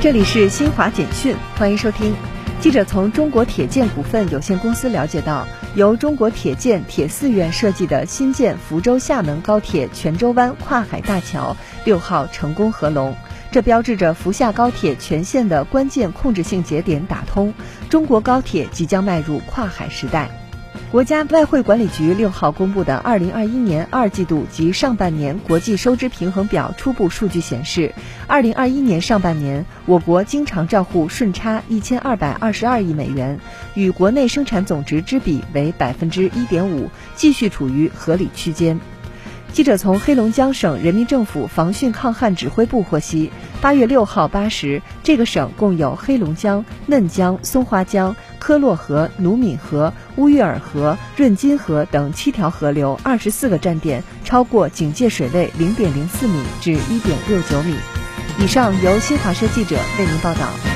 这里是新华简讯，欢迎收听。记者从中国铁建股份有限公司了解到，由中国铁建铁四院设计的新建福州厦门高铁泉州湾跨海大桥6号成功合龙，这标志着福厦高铁全线的关键控制性节点打通，中国高铁即将迈入跨海时代。国家外汇管理局6号公布的2021年2季度及上半年国际收支平衡表初步数据显示，2021年上半年我国经常账户顺差1222亿美元，与国内生产总值之比为1.5%，继续处于合理区间。记者从黑龙江省人民政府防汛抗旱指挥部获悉，8月6号8时，这个省共有黑龙江、嫩江、松花江、科洛河、努敏河、乌月尔河、润金河等7条河流24个站点超过警戒水位0.04米至1.69米。以上由新华社记者为您报道。